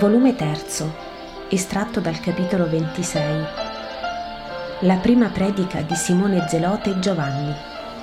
Volume 3, estratto dal capitolo 26. La prima predica di Simone Zelote e Giovanni.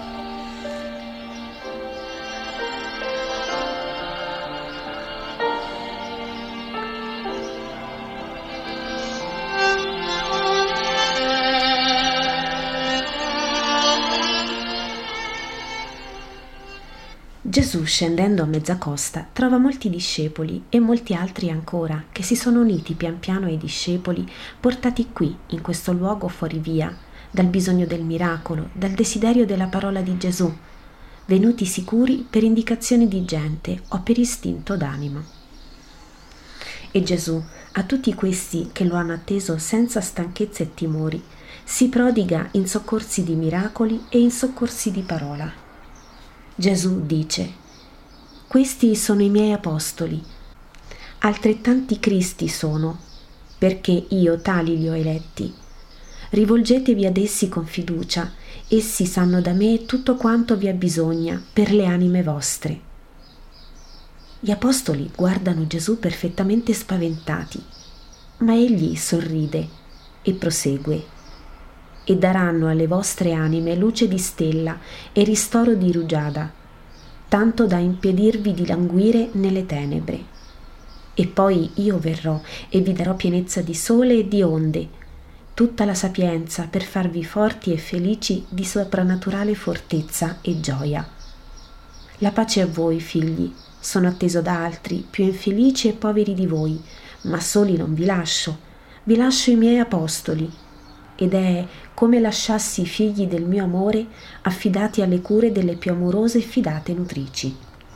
Gesù, scendendo a mezza costa, trova molti discepoli e molti altri ancora che si sono uniti pian piano ai discepoli portati qui, in questo luogo fuori via, dal bisogno del miracolo, dal desiderio della parola di Gesù, venuti sicuri per indicazioni di gente o per istinto d'animo. E Gesù, a tutti questi che lo hanno atteso senza stanchezza e timori, si prodiga in soccorsi di miracoli e in soccorsi di parola. Gesù dice: questi sono i miei apostoli, altrettanti Cristi sono, perché io tali li ho eletti. Rivolgetevi ad essi con fiducia, essi sanno da me tutto quanto vi abbisogna per le anime vostre. Gli apostoli guardano Gesù perfettamente spaventati, ma egli sorride e prosegue: e daranno alle vostre anime luce di stella e ristoro di rugiada, tanto da impedirvi di languire nelle tenebre. E poi io verrò e vi darò pienezza di sole e di onde, tutta la sapienza per farvi forti e felici di soprannaturale fortezza e gioia. La pace a voi, figli, sono atteso da altri, più infelici e poveri di voi, ma soli non vi lascio i miei apostoli. Ed è come lasciassi i figli del mio amore affidati alle cure delle più amorose e fidate nutrici.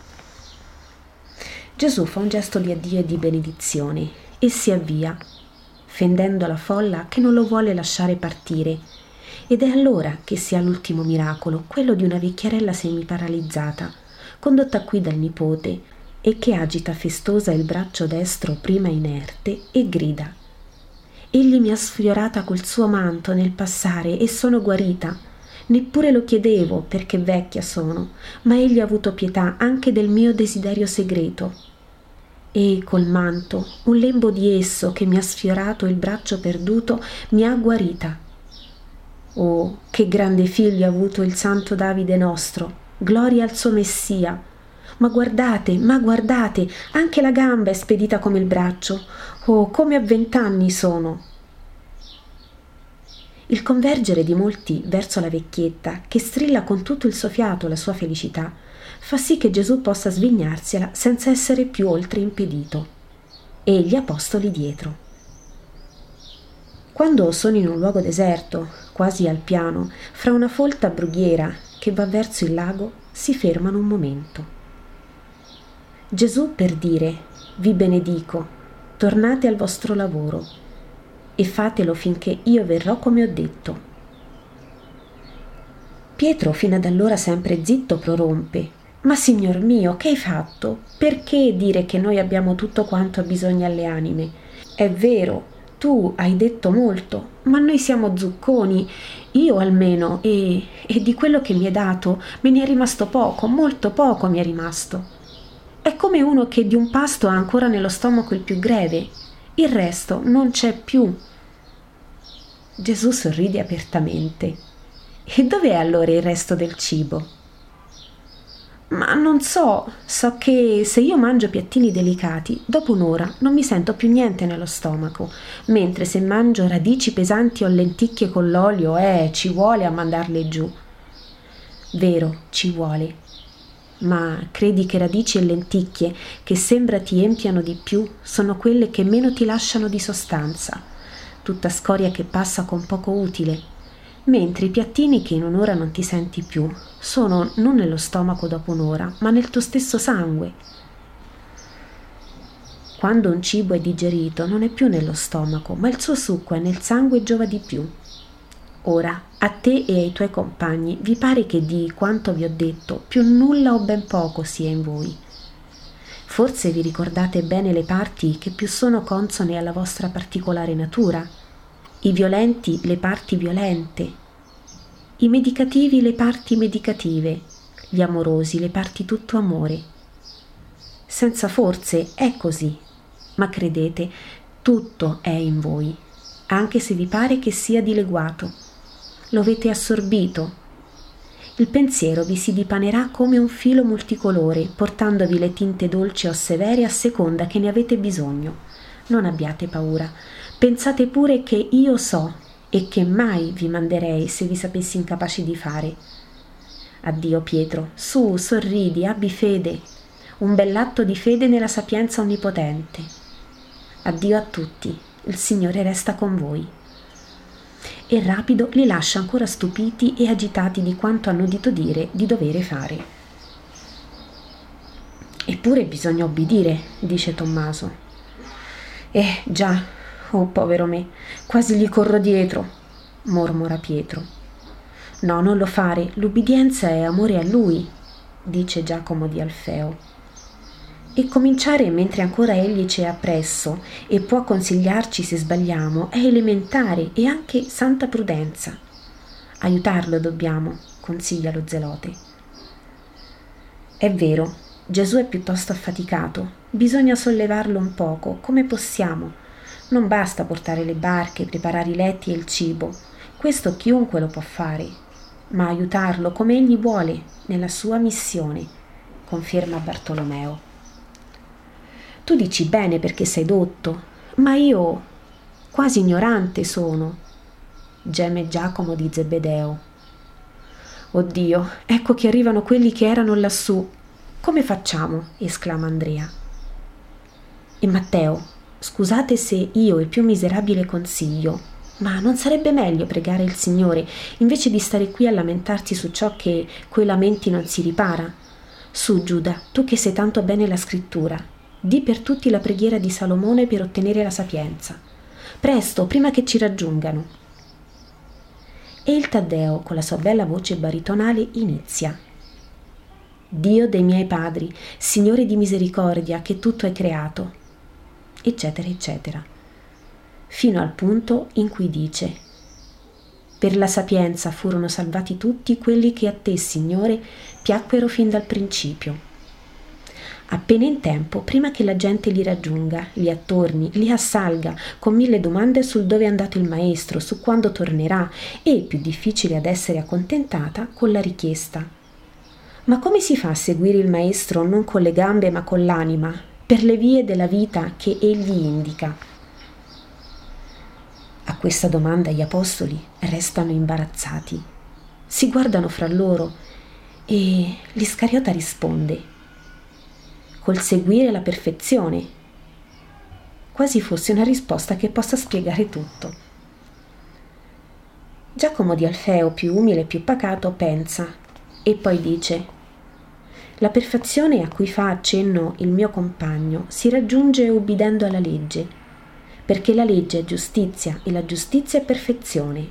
Gesù fa un gesto di addio e di benedizione e si avvia, fendendo la folla che non lo vuole lasciare partire. Ed è allora che si ha l'ultimo miracolo, quello di una vecchierella semiparalizzata, condotta qui dal nipote, e che agita festosa il braccio destro prima inerte e grida: egli mi ha sfiorata col suo manto nel passare e sono guarita. Neppure lo chiedevo perché vecchia sono, ma egli ha avuto pietà anche del mio desiderio segreto. E col manto, un lembo di esso che mi ha sfiorato il braccio perduto, mi ha guarita. Oh, che grande figlio ha avuto il santo Davide nostro! Gloria al suo Messia! Ma guardate, anche la gamba è spedita come il braccio. Oh, come a 20 anni sono! Il convergere di molti verso la vecchietta, che strilla con tutto il suo fiato la sua felicità, fa sì che Gesù possa svignarsela senza essere più oltre impedito. E gli apostoli dietro. Quando sono in un luogo deserto, quasi al piano, fra una folta brughiera che va verso il lago, si fermano un momento. Gesù, per dire: vi benedico, tornate al vostro lavoro e fatelo finché io verrò come ho detto. Pietro, fino ad allora sempre zitto, prorompe: ma Signor mio, che hai fatto? Perché dire che noi abbiamo tutto quanto bisogna alle anime? È vero, tu hai detto molto, ma noi siamo zucconi, io almeno, e di quello che mi è dato me ne è rimasto poco, molto poco mi è rimasto. È come uno che di un pasto ha ancora nello stomaco il più greve, il resto non c'è più. Gesù sorride apertamente. E dov'è allora il resto del cibo? Ma non so che se io mangio piattini delicati, dopo un'ora non mi sento più niente nello stomaco, mentre se mangio radici pesanti o lenticchie con l'olio, ci vuole a mandarle giù. Vero, ci vuole. Ma credi che radici e lenticchie, che sembra ti empiano di più, sono quelle che meno ti lasciano di sostanza, tutta scoria che passa con poco utile, mentre i piattini che in un'ora non ti senti più sono non nello stomaco dopo un'ora, ma nel tuo stesso sangue. Quando un cibo è digerito non è più nello stomaco, ma il suo succo è nel sangue e giova di più. Ora, a te e ai tuoi compagni vi pare che di quanto vi ho detto più nulla o ben poco sia in voi. Forse vi ricordate bene le parti che più sono consone alla vostra particolare natura, i violenti le parti violente, i medicativi le parti medicative, gli amorosi le parti tutto amore. Senza forse è così. ma credete, tutto è in voi, anche se vi pare che sia dileguato. Lo avete assorbito. Il pensiero vi si dipanerà come un filo multicolore, portandovi le tinte dolci o severe a seconda che ne avete bisogno. Non abbiate paura. Pensate pure che io so e che mai vi manderei se vi sapessi incapaci di fare. Addio Pietro, su, sorridi, abbi fede, un bell'atto di fede nella sapienza onnipotente. Addio a tutti, il Signore resta con voi. E rapido li lascia ancora stupiti e agitati di quanto hanno udito dire di dovere fare. Eppure bisogna obbedire, dice Tommaso. Già, oh povero me, quasi gli corro dietro, mormora Pietro. No, non lo fare, l'ubbidienza è amore a lui, dice Giacomo di Alfeo. E cominciare mentre ancora egli c'è appresso e può consigliarci se sbagliamo è elementare e anche santa prudenza. Aiutarlo dobbiamo, consiglia lo zelote. È vero, Gesù è piuttosto affaticato, bisogna sollevarlo un poco, come possiamo. Non basta portare le barche, preparare i letti e il cibo, questo chiunque lo può fare. Ma aiutarlo come egli vuole nella sua missione, conferma Bartolomeo. Tu dici bene perché sei dotto, ma io quasi ignorante sono, geme Giacomo di Zebedeo. Oddio, ecco che arrivano quelli che erano lassù. Come facciamo? Esclama Andrea. E Matteo, scusate se io il più miserabile consiglio, ma non sarebbe meglio pregare il Signore invece di stare qui a lamentarsi su ciò che coi lamenti non si ripara? Su Giuda, tu che sai tanto bene la scrittura, di per tutti la preghiera di Salomone per ottenere la sapienza. Presto, prima che ci raggiungano. E il Taddeo, con la sua bella voce baritonale, inizia. Dio dei miei padri, Signore di misericordia, che tutto è creato, eccetera, eccetera. Fino al punto in cui dice: per la sapienza furono salvati tutti quelli che a te, Signore, piacquero fin dal principio. Appena in tempo, prima che la gente li raggiunga, li attorni, li assalga con 1000 domande sul dove è andato il maestro, su quando tornerà e, più difficile ad essere accontentata, con la richiesta: ma come si fa a seguire il maestro non con le gambe ma con l'anima, per le vie della vita che egli indica? A questa domanda gli apostoli restano imbarazzati, si guardano fra loro e l'Iscariota risponde: col seguire la perfezione, quasi fosse una risposta che possa spiegare tutto. Giacomo di Alfeo, più umile e più pacato, pensa e poi dice: la perfezione a cui fa accenno il mio compagno si raggiunge ubbidendo alla legge, perché la legge è giustizia e la giustizia è perfezione.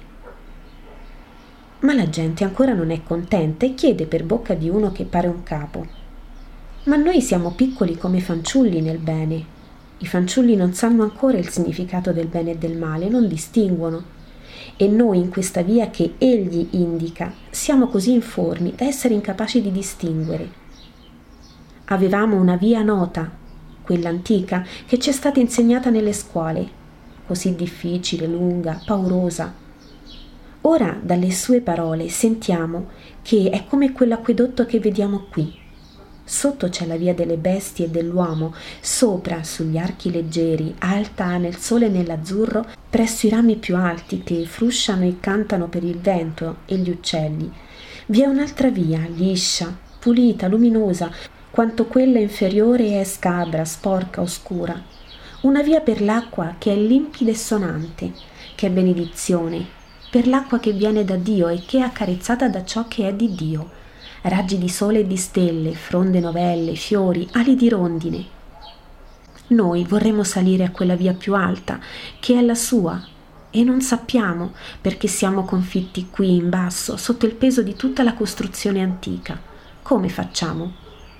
Ma la gente ancora non è contenta e chiede per bocca di uno che pare un capo: ma noi siamo piccoli come fanciulli nel bene. I fanciulli non sanno ancora il significato del bene e del male, non distinguono. E noi in questa via che egli indica siamo così informi da essere incapaci di distinguere. Avevamo una via nota, quella antica, che ci è stata insegnata nelle scuole, così difficile, lunga, paurosa. Ora dalle sue parole sentiamo che è come quell'acquedotto che vediamo qui. Sotto c'è la via delle bestie e dell'uomo, sopra, sugli archi leggeri, alta nel sole e nell'azzurro, presso i rami più alti che frusciano e cantano per il vento e gli uccelli. Vi è un'altra via, liscia, pulita, luminosa, quanto quella inferiore è scabra, sporca, oscura. Una via per l'acqua che è limpida e sonante, che è benedizione, per l'acqua che viene da Dio e che è accarezzata da ciò che è di Dio. Raggi di sole e di stelle, fronde novelle, fiori, ali di rondine. Noi vorremmo salire a quella via più alta, che è la sua, e non sappiamo perché siamo confitti qui in basso, sotto il peso di tutta la costruzione antica. Come facciamo?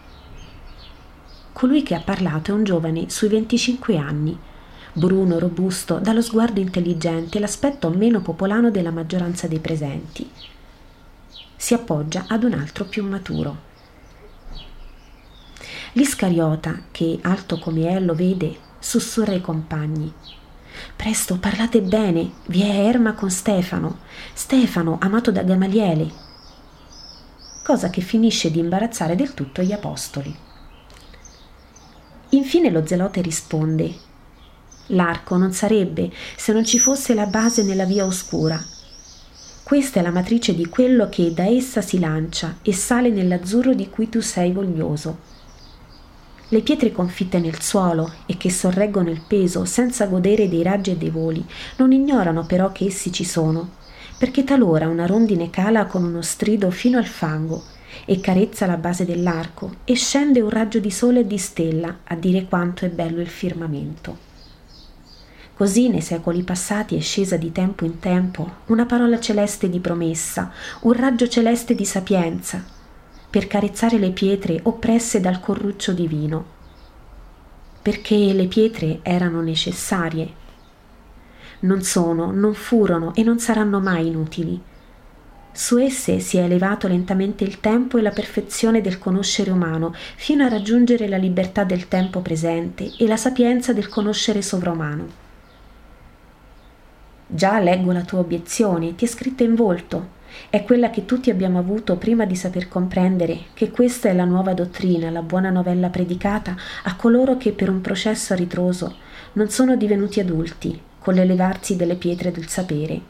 Colui che ha parlato è un giovane sui 25 anni, bruno, robusto, dallo sguardo intelligente e l'aspetto meno popolano della maggioranza dei presenti. Si appoggia ad un altro più maturo. L'Iscariota, che alto come è lo vede, sussurra ai compagni. Presto, parlate bene, vi è Erma con Stefano, amato da Gamaliele. Cosa che finisce di imbarazzare del tutto gli apostoli. Infine lo zelote risponde: l'arco non sarebbe se non ci fosse la base nella via oscura. Questa è la matrice di quello che da essa si lancia e sale nell'azzurro di cui tu sei voglioso. Le pietre confitte nel suolo e che sorreggono il peso senza godere dei raggi e dei voli non ignorano però che essi ci sono, perché talora una rondine cala con uno strido fino al fango e carezza la base dell'arco e scende un raggio di sole e di stella a dire quanto è bello il firmamento. Così nei secoli passati è scesa di tempo in tempo una parola celeste di promessa, un raggio celeste di sapienza, per carezzare le pietre oppresse dal corruccio divino, perché le pietre erano necessarie. Non sono, non furono e non saranno mai inutili. Su esse si è elevato lentamente il tempo e la perfezione del conoscere umano, fino a raggiungere la libertà del tempo presente e la sapienza del conoscere sovraumano. Già leggo la tua obiezione, ti è scritta in volto. È quella che tutti abbiamo avuto prima di saper comprendere che questa è la nuova dottrina, la buona novella predicata a coloro che per un processo a ritroso non sono divenuti adulti con l'elevarsi delle pietre del sapere.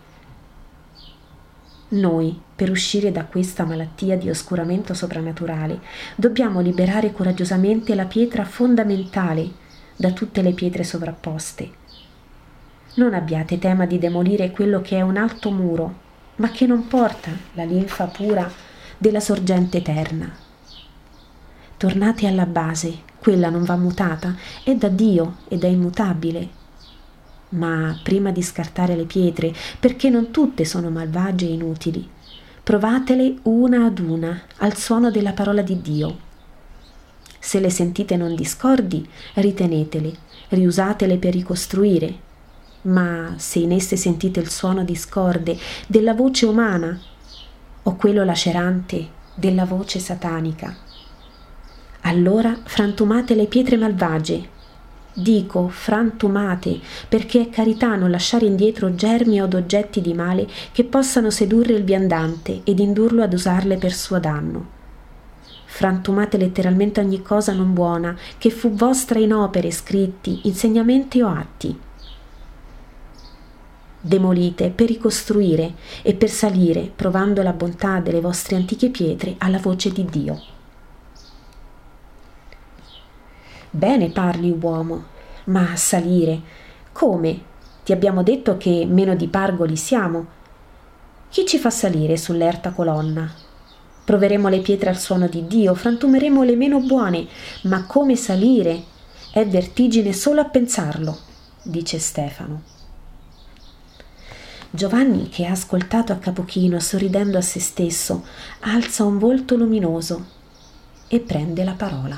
Noi, per uscire da questa malattia di oscuramento soprannaturale, dobbiamo liberare coraggiosamente la pietra fondamentale da tutte le pietre sovrapposte. Non abbiate tema di demolire quello che è un alto muro, ma che non porta la linfa pura della sorgente eterna. Tornate alla base, quella non va mutata, è da Dio ed è immutabile. Ma prima di scartare le pietre, perché non tutte sono malvagie e inutili, provatele una ad una al suono della parola di Dio. Se le sentite non discordi, ritenetele, riusatele per ricostruire. Ma se in esse sentite il suono discorde della voce umana o quello lacerante della voce satanica, allora frantumate le pietre malvagie. Dico frantumate perché è carità non lasciare indietro germi od oggetti di male che possano sedurre il viandante ed indurlo ad usarle per suo danno. Frantumate letteralmente ogni cosa non buona che fu vostra in opere, scritti, insegnamenti o atti. Demolite per ricostruire e per salire, provando la bontà delle vostre antiche pietre alla voce di Dio. Bene parli, uomo, ma salire? Come? Ti abbiamo detto che meno di pargoli siamo. Chi ci fa salire sull'erta colonna? Proveremo le pietre al suono di Dio, frantumeremo le meno buone, ma come salire? È vertigine solo a pensarlo, dice Stefano. Giovanni, che ha ascoltato a capo chino, sorridendo a se stesso, alza un volto luminoso e prende la parola.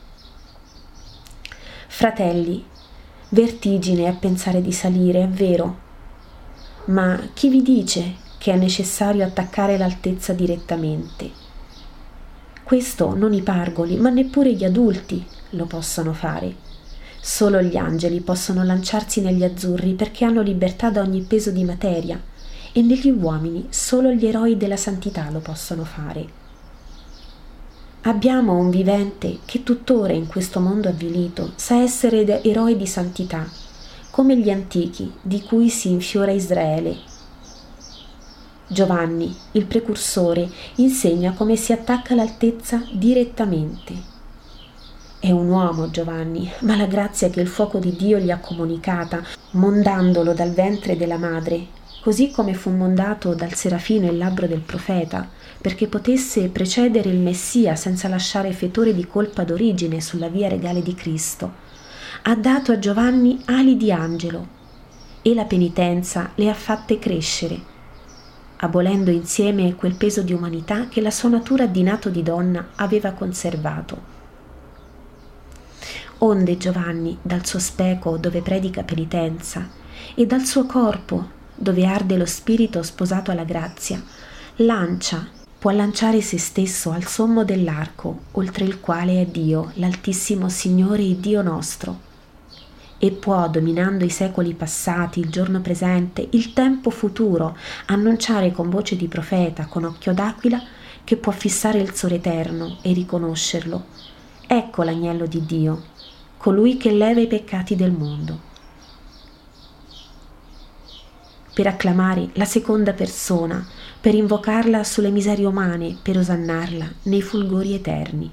Fratelli, vertigine a pensare di salire, è vero, ma chi vi dice che è necessario attaccare l'altezza direttamente? Questo non i pargoli, ma neppure gli adulti lo possono fare. Solo gli angeli possono lanciarsi negli azzurri perché hanno libertà da ogni peso di materia, e negli uomini solo gli eroi della santità lo possono fare. Abbiamo un vivente che tuttora in questo mondo avvilito sa essere eroe di santità, come gli antichi di cui si infiora Israele. Giovanni, il precursore, insegna come si attacca l'altezza direttamente. È un uomo Giovanni, ma la grazia che il fuoco di Dio gli ha comunicata, mondandolo dal ventre della madre, così come fu mondato dal serafino il labbro del profeta, perché potesse precedere il Messia senza lasciare fetore di colpa d'origine sulla via regale di Cristo, ha dato a Giovanni ali di angelo e la penitenza le ha fatte crescere, abolendo insieme quel peso di umanità che la sua natura di nato di donna aveva conservato. Onde Giovanni, dal suo speco dove predica penitenza, e dal suo corpo dove arde lo spirito sposato alla grazia, può lanciare se stesso al sommo dell'arco, oltre il quale è Dio, l'Altissimo Signore e Dio nostro. e può, dominando i secoli passati, il giorno presente, il tempo futuro, annunciare con voce di profeta, con occhio d'aquila, che può fissare il sole eterno e riconoscerlo. Ecco l'agnello di Dio, colui che leva i peccati del mondo. Per acclamare la seconda persona, per invocarla sulle miserie umane, per osannarla nei fulgori eterni.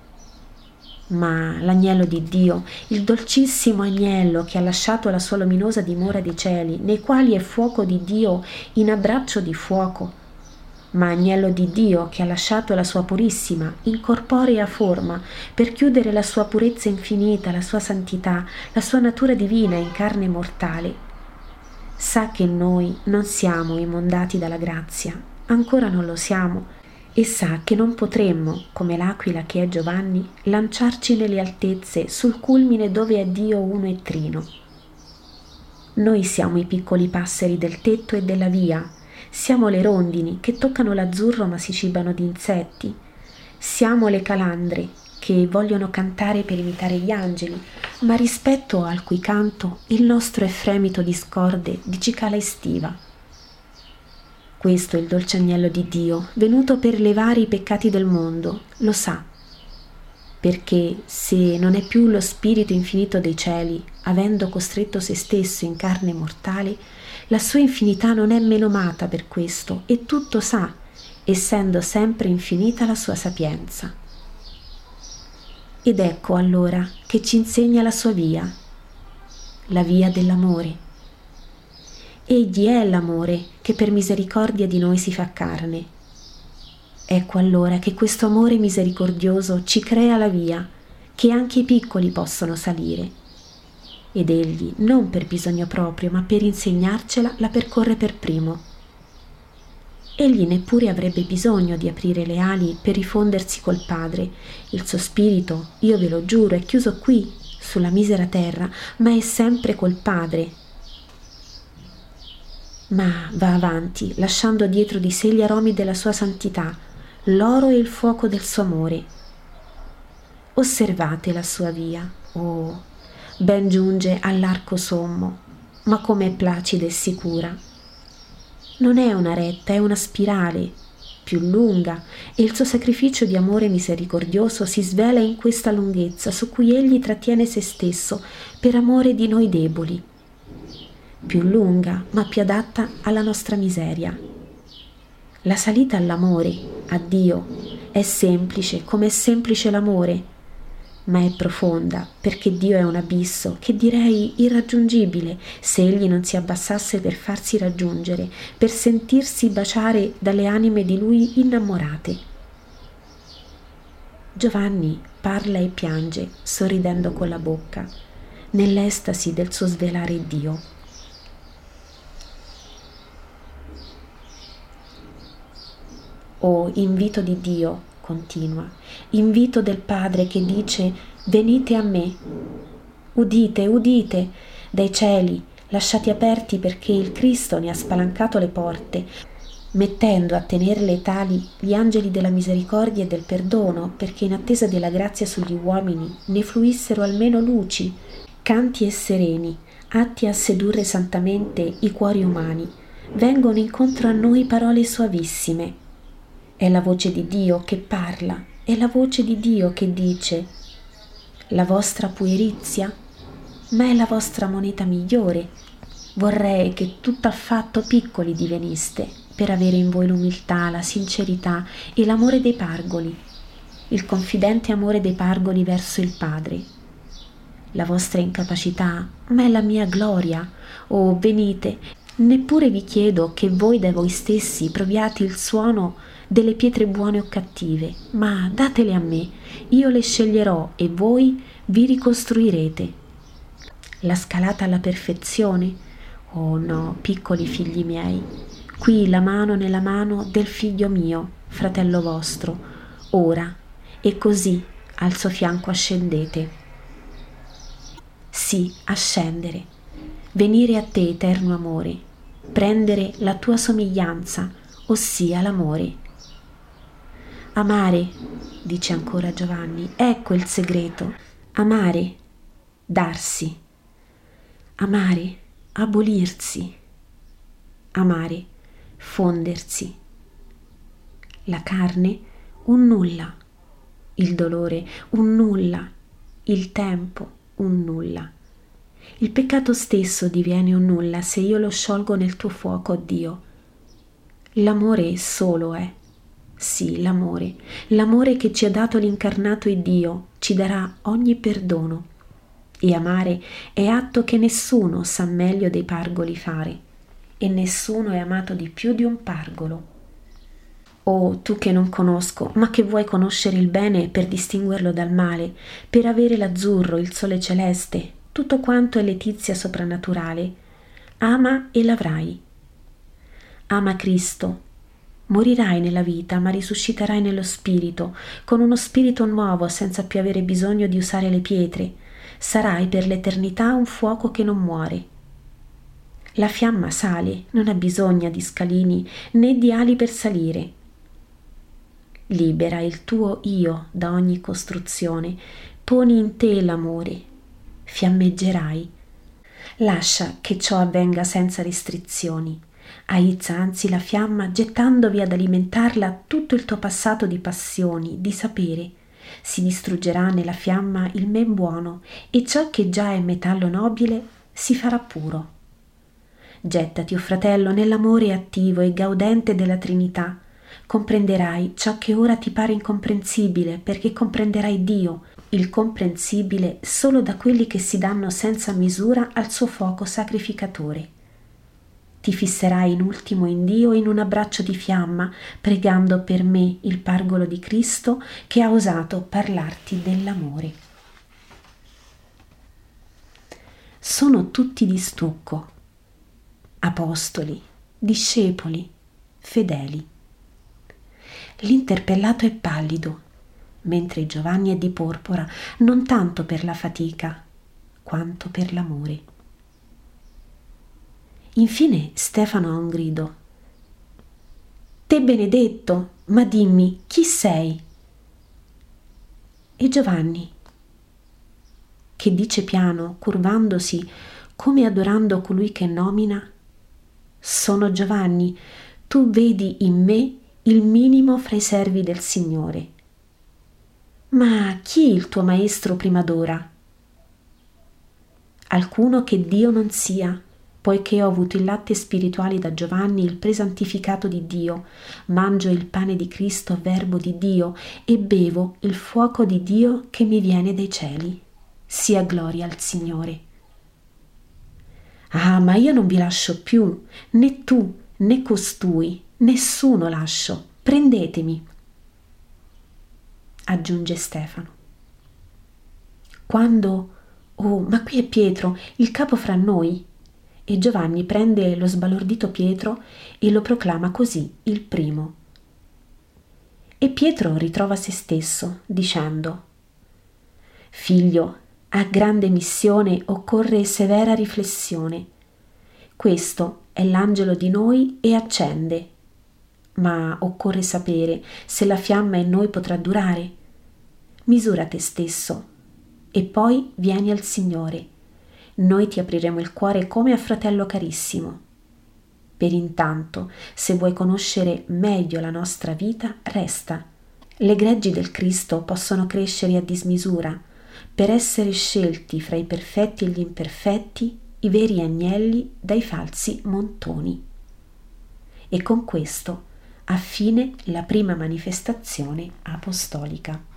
Ma l'agnello di Dio, il dolcissimo agnello che ha lasciato la sua luminosa dimora dei cieli, nei quali è fuoco di Dio in abbraccio di fuoco, ma agnello di Dio che ha lasciato la sua purissima, incorporea forma per chiudere la sua purezza infinita, la sua santità, la sua natura divina in carne mortale, sa che noi non siamo immondati dalla grazia, ancora non lo siamo, e sa che non potremmo, come l'aquila che è Giovanni, lanciarci nelle altezze sul culmine dove è Dio uno e trino. Noi siamo i piccoli passeri del tetto e della via, siamo le rondini che toccano l'azzurro ma si cibano di insetti, siamo le calandre che vogliono cantare per imitare gli angeli, ma rispetto al cui canto il nostro è fremito di scorde di cicala estiva. Questo è il dolce agnello di Dio, venuto per levare i peccati del mondo, lo sa, perché se non è più lo Spirito infinito dei cieli, avendo costretto se stesso in carne mortale, la sua infinità non è menomata per questo e tutto sa, essendo sempre infinita la sua sapienza. Ed ecco allora che ci insegna la sua via, la via dell'amore. Egli è l'amore che per misericordia di noi si fa carne. Ecco allora che questo amore misericordioso ci crea la via, che anche i piccoli possono salire. Ed egli, non per bisogno proprio, ma per insegnarcela, la percorre per primo. Egli neppure avrebbe bisogno di aprire le ali per rifondersi col Padre. Il suo spirito, io ve lo giuro, è chiuso qui, sulla misera terra, ma è sempre col Padre. Ma va avanti, lasciando dietro di sé gli aromi della sua santità, l'oro e il fuoco del suo amore. Osservate la sua via, oh, ben giunge all'arco sommo, ma com'è placida e sicura. Non è una retta, è una spirale, più lunga, e il suo sacrificio di amore misericordioso si svela in questa lunghezza su cui egli trattiene se stesso per amore di noi deboli. Più lunga, ma più adatta alla nostra miseria. La salita all'amore, a Dio, è semplice come è semplice l'amore, ma è profonda perché Dio è un abisso che direi irraggiungibile se egli non si abbassasse per farsi raggiungere, per sentirsi baciare dalle anime di lui innamorate. Giovanni parla e piange, sorridendo con la bocca, nell'estasi del suo svelare Dio. Oh, invito di Dio, continua, invito del Padre che dice: venite a me. Udite, udite, dai cieli, lasciati aperti perché il Cristo ne ha spalancato le porte, mettendo a tenerle tali gli angeli della misericordia e del perdono, perché in attesa della grazia sugli uomini ne fluissero almeno luci, canti e sereni, atti a sedurre santamente i cuori umani. Vengono incontro a noi parole suavissime. È la voce di Dio che parla, è la voce di Dio che dice: la vostra puerizia, ma è la vostra moneta migliore. Vorrei che tutt'affatto piccoli diveniste, per avere in voi l'umiltà, la sincerità e l'amore dei pargoli, il confidente amore dei pargoli verso il Padre. La vostra incapacità, ma è la mia gloria. Oh, venite, neppure vi chiedo che voi da voi stessi proviate il suono delle pietre buone o cattive, ma datele a me, io le sceglierò e voi vi ricostruirete. La scalata alla perfezione? Oh no, piccoli figli miei, qui la mano nella mano del figlio mio, fratello vostro, ora, e così al suo fianco ascendete. Sì, ascendere, venire a te, eterno amore, prendere la tua somiglianza, ossia l'amore. Amare, dice ancora Giovanni, ecco il segreto. Amare, darsi. amare, abolirsi, amare, fondersi. La carne, un nulla, il dolore, un nulla, il tempo, un nulla. Il peccato stesso diviene un nulla se io lo sciolgo nel tuo fuoco, Dio. L'amore solo è. Sì, l'amore che ci ha dato l'incarnato Iddio ci darà ogni perdono. E amare è atto che nessuno sa meglio dei pargoli fare, e nessuno è amato di più di un pargolo. Oh, tu che non conosco, ma che vuoi conoscere il bene per distinguerlo dal male, per avere l'azzurro, il sole celeste, tutto quanto è letizia soprannaturale, ama e l'avrai. Ama Cristo. Morirai nella vita, ma risusciterai nello spirito, con uno spirito nuovo, senza più avere bisogno di usare le pietre. Sarai per l'eternità un fuoco che non muore. La fiamma sale, non ha bisogno di scalini né di ali per salire. Libera il tuo io da ogni costruzione, poni in te l'amore, fiammeggerai. Lascia che ciò avvenga senza restrizioni. Aizza anzi la fiamma, gettandovi ad alimentarla tutto il tuo passato di passioni, di sapere. Si distruggerà nella fiamma il men buono, e ciò che già è metallo nobile si farà puro. Gettati, o fratello, nell'amore attivo e gaudente della Trinità. Comprenderai ciò che ora ti pare incomprensibile, perché comprenderai Dio, il comprensibile solo da quelli che si danno senza misura al suo fuoco sacrificatore. Ti fisserai in ultimo in Dio in un abbraccio di fiamma, pregando per me il pargolo di Cristo che ha osato parlarti dell'amore. Sono tutti di stucco, apostoli, discepoli, fedeli. L'interpellato è pallido, mentre Giovanni è di porpora, non tanto per la fatica, quanto per l'amore. Infine Stefano ha un grido. Te benedetto, ma dimmi, chi sei? E Giovanni, che dice piano, curvandosi, come adorando colui che nomina, sono Giovanni, tu vedi in me il minimo fra i servi del Signore. Ma chi è il tuo maestro prima d'ora? Alcuno che Dio non sia, poiché ho avuto il latte spirituale da Giovanni, il presantificato di Dio, mangio il pane di Cristo, verbo di Dio, e bevo il fuoco di Dio che mi viene dai cieli. Sia gloria al Signore. Ah, ma io non vi lascio più, né tu, né costui, nessuno lascio, prendetemi, aggiunge Stefano. Quando, oh, ma qui è Pietro, il capo fra noi, e Giovanni prende lo sbalordito Pietro e lo proclama così il primo. E Pietro ritrova se stesso, dicendo: Figlio, a grande missione occorre severa riflessione. Questo è l'angelo di noi e accende. Ma occorre sapere se la fiamma in noi potrà durare. Misura te stesso e poi vieni al Signore. Noi ti apriremo il cuore come a fratello carissimo. Per intanto, se vuoi conoscere meglio la nostra vita, resta. Le greggi del Cristo possono crescere a dismisura. Per essere scelti fra i perfetti e gli imperfetti, i veri agnelli dai falsi montoni. E con questo ha fine la prima manifestazione apostolica.